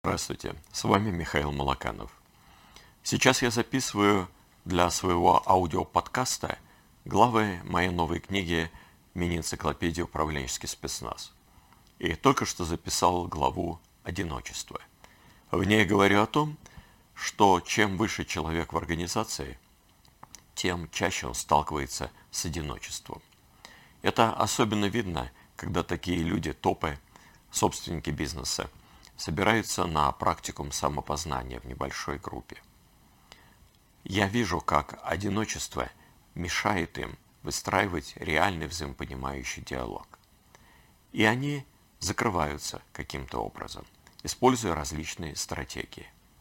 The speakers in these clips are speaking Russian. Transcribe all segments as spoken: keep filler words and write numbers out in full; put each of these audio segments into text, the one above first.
Здравствуйте, с вами Михаил Молоканов. Сейчас я записываю для своего аудиоподкаста главы моей новой книги «Мини-энциклопедия управленческий спецназ». И только что записал главу «Одиночество». В ней говорю о том, что чем выше человек в организации, тем чаще он сталкивается с одиночеством. Это особенно видно, когда такие люди, топы, собственники бизнеса, собираются на практикум самопознания в небольшой группе. Я вижу, как одиночество мешает им выстраивать реальный взаимопонимающий диалог. И они закрываются каким-то образом, используя различные стратегии.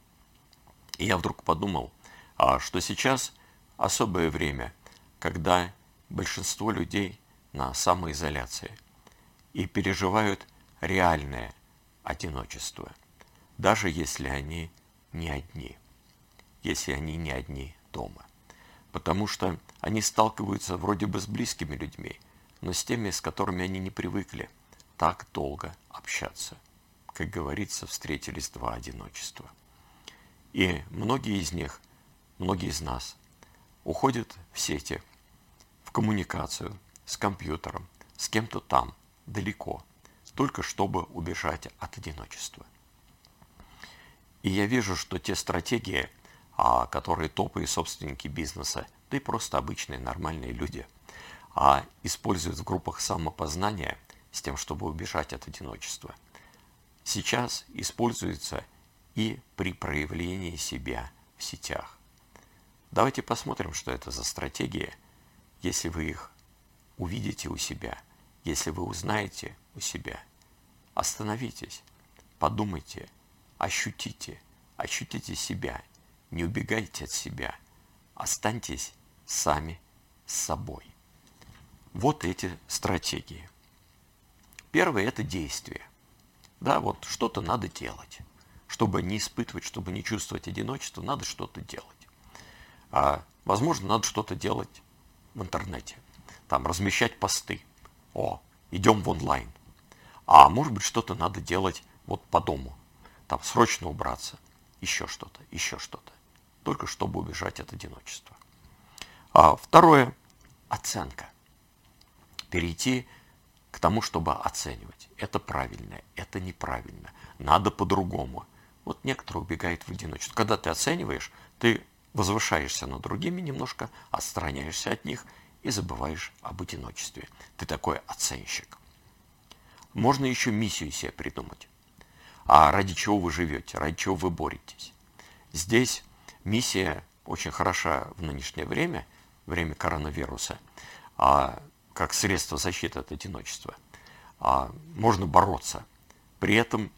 И я вдруг подумал, что сейчас особое время, когда большинство людей на самоизоляции и переживают реальное одиночество, даже если они не одни, если они не одни дома. Потому что они сталкиваются вроде бы с близкими людьми, но с теми, с которыми они не привыкли так долго общаться. Как говорится, встретились два одиночества. И многие из них, многие из нас уходят в сети, в коммуникацию с компьютером, с кем-то там, далеко, только чтобы убежать от одиночества. И я вижу, что те стратегии, которые топы и собственники бизнеса, да и просто обычные нормальные люди, используют в группах самопознания с тем, чтобы убежать от одиночества, сейчас используются и при проявлении себя в сетях. Давайте посмотрим, что это за стратегии, если вы их увидите у себя, если вы узнаете у себя. Остановитесь, подумайте, ощутите, ощутите себя, не убегайте от себя, останьтесь сами с собой. Вот эти стратегии. Первое – это действие. Да, вот что-то надо делать. Чтобы не испытывать, чтобы не чувствовать одиночество, надо что-то делать. А, возможно, надо что-то делать в интернете. Там размещать посты. О, идем в онлайн. А может быть, что-то надо делать вот по дому. Там срочно убраться. Еще что-то, еще что-то. Только чтобы убежать от одиночества. А второе – оценка. Перейти к тому, чтобы оценивать. Это правильно, это неправильно. Надо по-другому. Вот некоторые убегают в одиночество. Когда ты оцениваешь, ты возвышаешься над другими немножко, отстраняешься от них и забываешь об одиночестве. Ты такой оценщик. Можно еще миссию себе придумать. А ради чего вы живете, ради чего вы боретесь. Здесь миссия очень хороша в нынешнее время, время коронавируса, а, как средство защиты от одиночества. А, можно бороться. При этом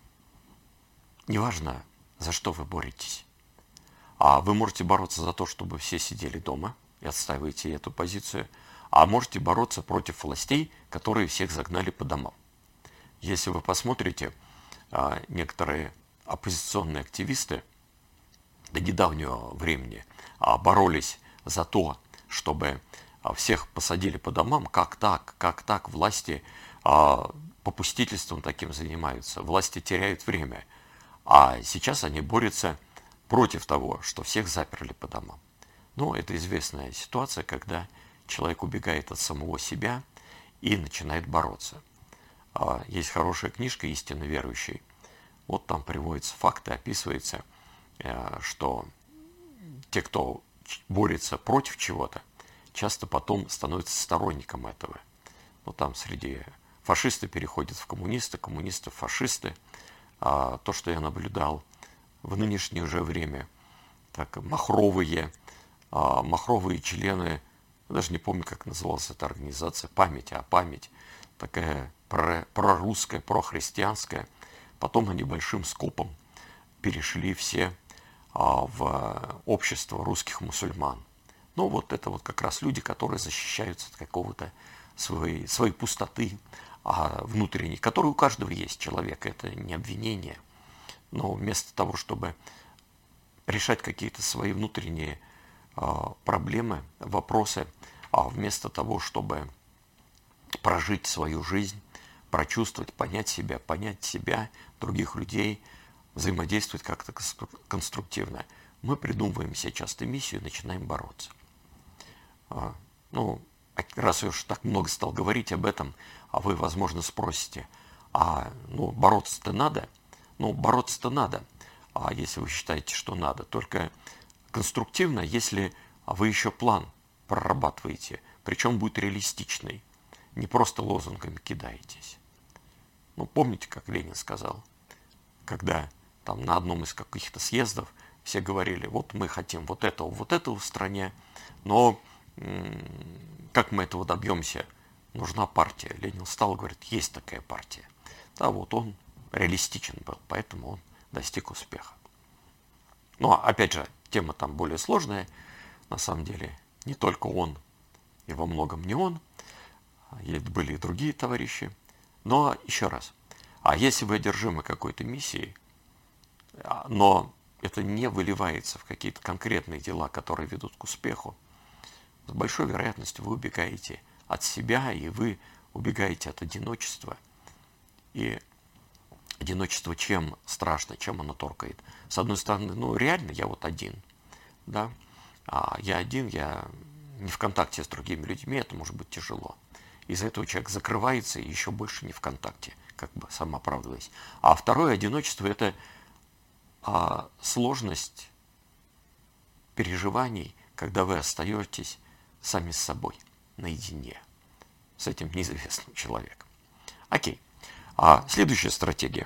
неважно, за что вы боретесь. А вы можете бороться за то, чтобы все сидели дома и отстаиваете эту позицию, а можете бороться против властей, которые всех загнали по домам. Если вы посмотрите, некоторые оппозиционные активисты до недавнего времени боролись за то, чтобы всех посадили по домам. Как так? Как так? Власти попустительством таким занимаются. Власти теряют время. А сейчас они борются против того, что всех заперли по домам. Ну, это известная ситуация, когда человек убегает от самого себя и начинает бороться. Есть хорошая книжка «Истинно верующий». Вот там приводятся факты, описывается, что те, кто борется против чего-то, часто потом становятся сторонником этого. Ну, там среди фашисты переходят в коммунисты, коммунисты в фашисты. А то, что я наблюдал в нынешнее уже время, так, махровые, а, махровые члены, даже не помню, как называлась эта организация, память, а память, такая про, прорусская, прохристианская. Потом они большим скопом перешли все а, в общество русских мусульман. Ну, вот это вот как раз люди, которые защищаются от какого-то своей, своей пустоты а, внутренней, которая у каждого есть человека, это не обвинение. Но вместо того, чтобы решать какие-то свои внутренние а, проблемы, вопросы, а вместо того, чтобы прожить свою жизнь, прочувствовать, понять себя, понять себя, других людей, взаимодействовать как-то конструктивно. Мы придумываем себе часто миссию и начинаем бороться. Ну, раз я уж так много стал говорить об этом, а вы, возможно, спросите, а ну, бороться-то надо? Ну, бороться-то надо, а если вы считаете, что надо. Только конструктивно, если вы еще план прорабатываете, причем будет реалистичный, не просто лозунгами кидаетесь. Ну, помните, как Ленин сказал, когда там на одном из каких-то съездов все говорили, вот мы хотим вот этого, вот этого в стране, но как мы этого добьемся? Нужна партия. Ленин встал и говорит, есть такая партия. Да, вот он реалистичен был, поэтому он достиг успеха. Но, опять же, тема там более сложная. На самом деле, не только он, и во многом не он. Были и другие товарищи. Но, еще раз, а если вы одержимы какой-то миссией, но это не выливается в какие-то конкретные дела, которые ведут к успеху, с большой вероятностью вы убегаете от себя, и вы убегаете от одиночества. И одиночество чем страшно, чем оно торкает? С одной стороны, ну реально я вот один, да, а я один, я не в контакте с другими людьми, это может быть тяжело. Из-за этого человек закрывается и еще больше не в контакте, как бы самооправдываясь. А второе одиночество – это а, сложность переживаний, когда вы остаетесь сами с собой, наедине, с этим неизвестным человеком. Окей. А следующая стратегия.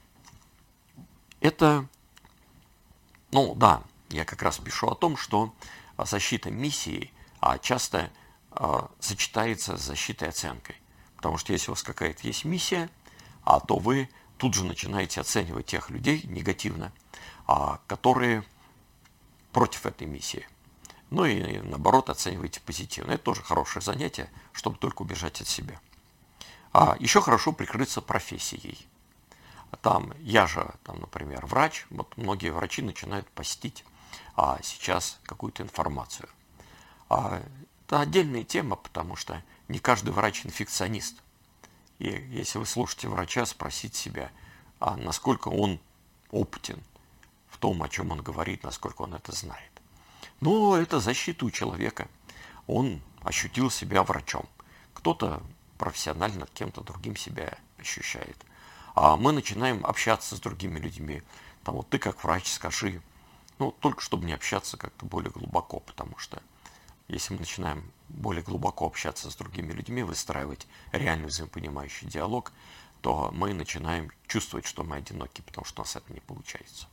Это, ну да, я как раз пишу о том, что защита миссии а, часто а, сочетается с защитой оценкой. Потому что если у вас какая-то есть миссия, а, то вы тут же начинаете оценивать тех людей негативно, а, которые против этой миссии. Ну и наоборот оцениваете позитивно. Это тоже хорошее занятие, чтобы только убежать от себя. А еще хорошо прикрыться профессией. Там, я же, там, например, врач, вот многие врачи начинают постить а, сейчас какую-то информацию. А, это отдельная тема, потому что не каждый врач инфекционист. И если вы слушаете врача, спросите себя, а насколько он опытен в том, о чем он говорит, насколько он это знает. Но это защита у человека. Он ощутил себя врачом. Кто-то профессионально кем-то другим себя ощущает. А мы начинаем общаться с другими людьми. Там вот ты как врач скажи, ну только чтобы не общаться как-то более глубоко, потому что если мы начинаем более глубоко общаться с другими людьми, выстраивать реальный взаимопонимающий диалог, то мы начинаем чувствовать, что мы одиноки, потому что у нас это не получается.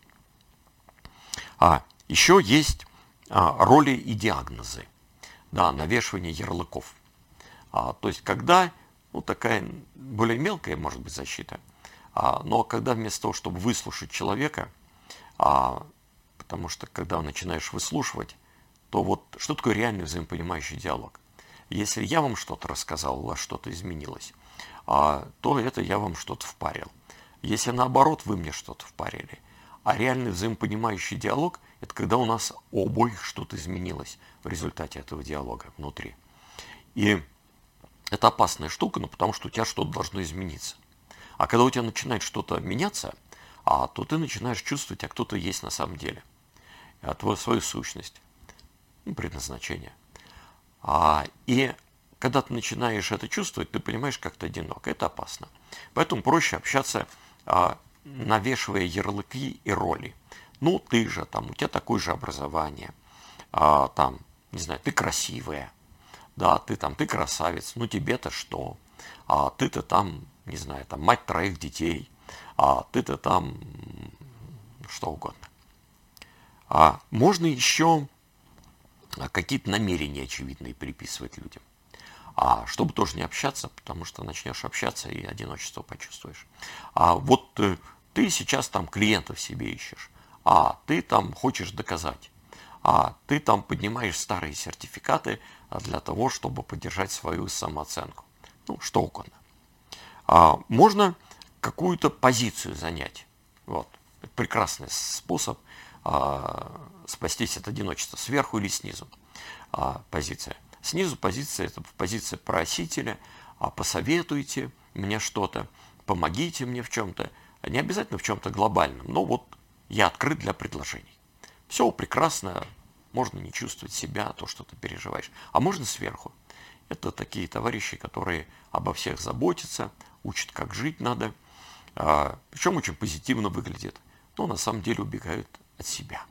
А еще есть а, роли и диагнозы, да, навешивание ярлыков. А, то есть, когда, ну, такая более мелкая, может быть, защита, а, но когда вместо того, чтобы выслушать человека, а, потому что, когда начинаешь выслушивать, то вот что такое реальный взаимопонимающий диалог? Если я вам что-то рассказал, у вас что-то изменилось, а, то это я вам что-то впарил. Если наоборот, вы мне что-то впарили. А реальный взаимопонимающий диалог – это когда у нас у обоих что-то изменилось в результате этого диалога внутри. И это опасная штука, ну, потому что у тебя что-то должно измениться. А когда у тебя начинает что-то меняться, а, то ты начинаешь чувствовать, а кто ты есть на самом деле. А твою свою сущность, ну, предназначение. А, и когда ты начинаешь это чувствовать, ты понимаешь, как ты одинок. Это опасно. Поэтому проще общаться, а, навешивая ярлыки и роли. Ну, ты же, там, у тебя такое же образование, а, там, не знаю, ты красивая, да, ты там, ты красавец, ну тебе-то что? А ты-то там, не знаю, там, мать троих детей, а ты-то там, что угодно. А можно еще какие-то намерения очевидные приписывать людям. А чтобы тоже не общаться, потому что начнешь общаться и одиночество почувствуешь. А вот э, ты сейчас там клиентов себе ищешь, а ты там хочешь доказать, а ты там поднимаешь старые сертификаты для того, чтобы поддержать свою самооценку. Ну, что угодно. А можно какую-то позицию занять. Вот. Это прекрасный способ а, спастись от одиночества. Сверху или снизу а, позиция. Снизу позиция – это позиция просителя, а посоветуйте мне что-то, помогите мне в чем-то, Не обязательно в чем-то глобальном, но вот я открыт для предложений. Все прекрасно, можно не чувствовать себя, то, что ты переживаешь. А можно сверху. Это такие товарищи, которые обо всех заботятся, учат, как жить надо. Причем очень позитивно выглядят. Но на самом деле убегают от себя.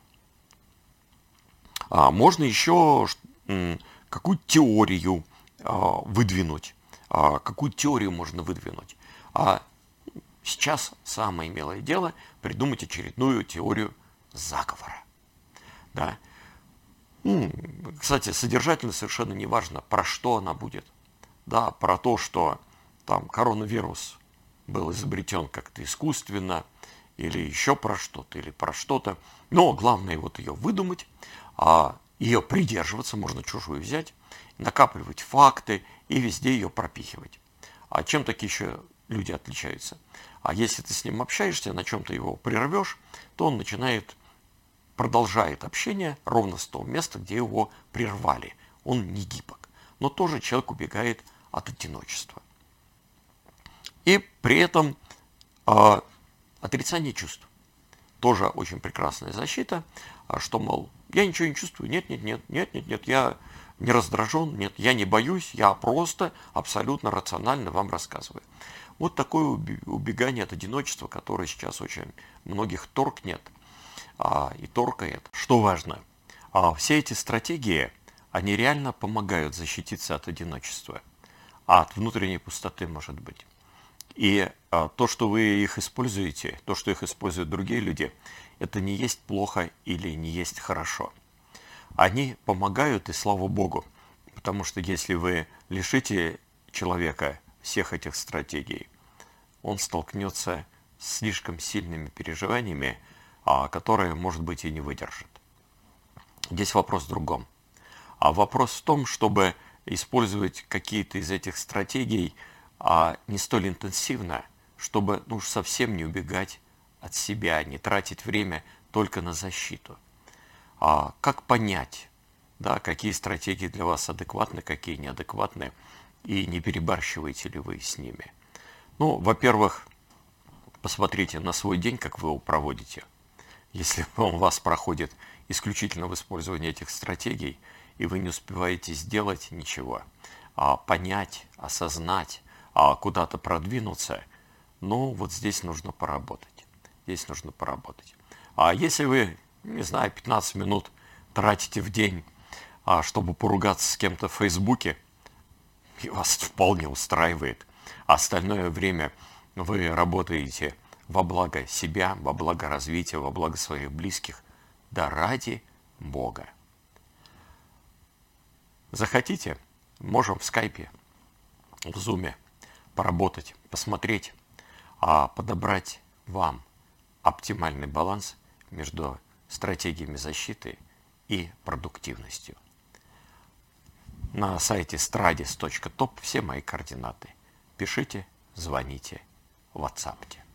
А можно еще какую-то теорию выдвинуть. Какую теорию можно выдвинуть? А сейчас самое милое дело придумать очередную теорию заговора. Да. Кстати, содержательно совершенно не важно, про что она будет. Да, про то, что там коронавирус был изобретен как-то искусственно, или еще про что-то, или про что-то. Но главное вот ее выдумать, а ее придерживаться, можно чужую взять, накапливать факты и везде ее пропихивать. А чем такие еще люди отличаются? А если ты с ним общаешься, на чем-то его прервешь, то он начинает, продолжает общение ровно с того места, где его прервали. Он не гибок. Но тоже человек убегает от одиночества. И при этом э, отрицание чувств. Тоже очень прекрасная защита, что, мол, я ничего не чувствую, нет, нет, нет, нет, нет, нет, я не раздражен, нет, я не боюсь, я просто абсолютно рационально вам рассказываю. Вот такое убегание от одиночества, которое сейчас очень многих торкнет а, и торкает. Что важно, а, все эти стратегии, они реально помогают защититься от одиночества, а от внутренней пустоты, может быть. И а, то, что вы их используете, то, что их используют другие люди, это не есть плохо или не есть хорошо. Они помогают, и слава Богу, потому что если вы лишите человека всех этих стратегий, он столкнется с слишком сильными переживаниями, а, которые, может быть, и не выдержит. Здесь вопрос в другом. А вопрос в том, чтобы использовать какие-то из этих стратегий а не столь интенсивно, чтобы ну, совсем не убегать от себя, не тратить время только на защиту. А как понять, да, какие стратегии для вас адекватны, какие неадекватны, и не перебарщиваете ли вы с ними? Ну, во-первых, посмотрите на свой день, как вы его проводите. Если он у вас проходит исключительно в использовании этих стратегий, и вы не успеваете сделать ничего, а понять, осознать, а куда-то продвинуться, ну, вот здесь нужно поработать. Здесь нужно поработать. А если вы, не знаю, пятнадцать минут тратите в день, а, чтобы поругаться с кем-то в Фейсбуке, и вас вполне устраивает, а остальное время вы работаете во благо себя, во благо развития, во благо своих близких, да ради Бога. Захотите, можем в скайпе, в зуме поработать, посмотреть, а подобрать вам оптимальный баланс между стратегиями защиты и продуктивностью. На сайте страдис точка топ все мои координаты. Пишите, звоните, ватсапьте.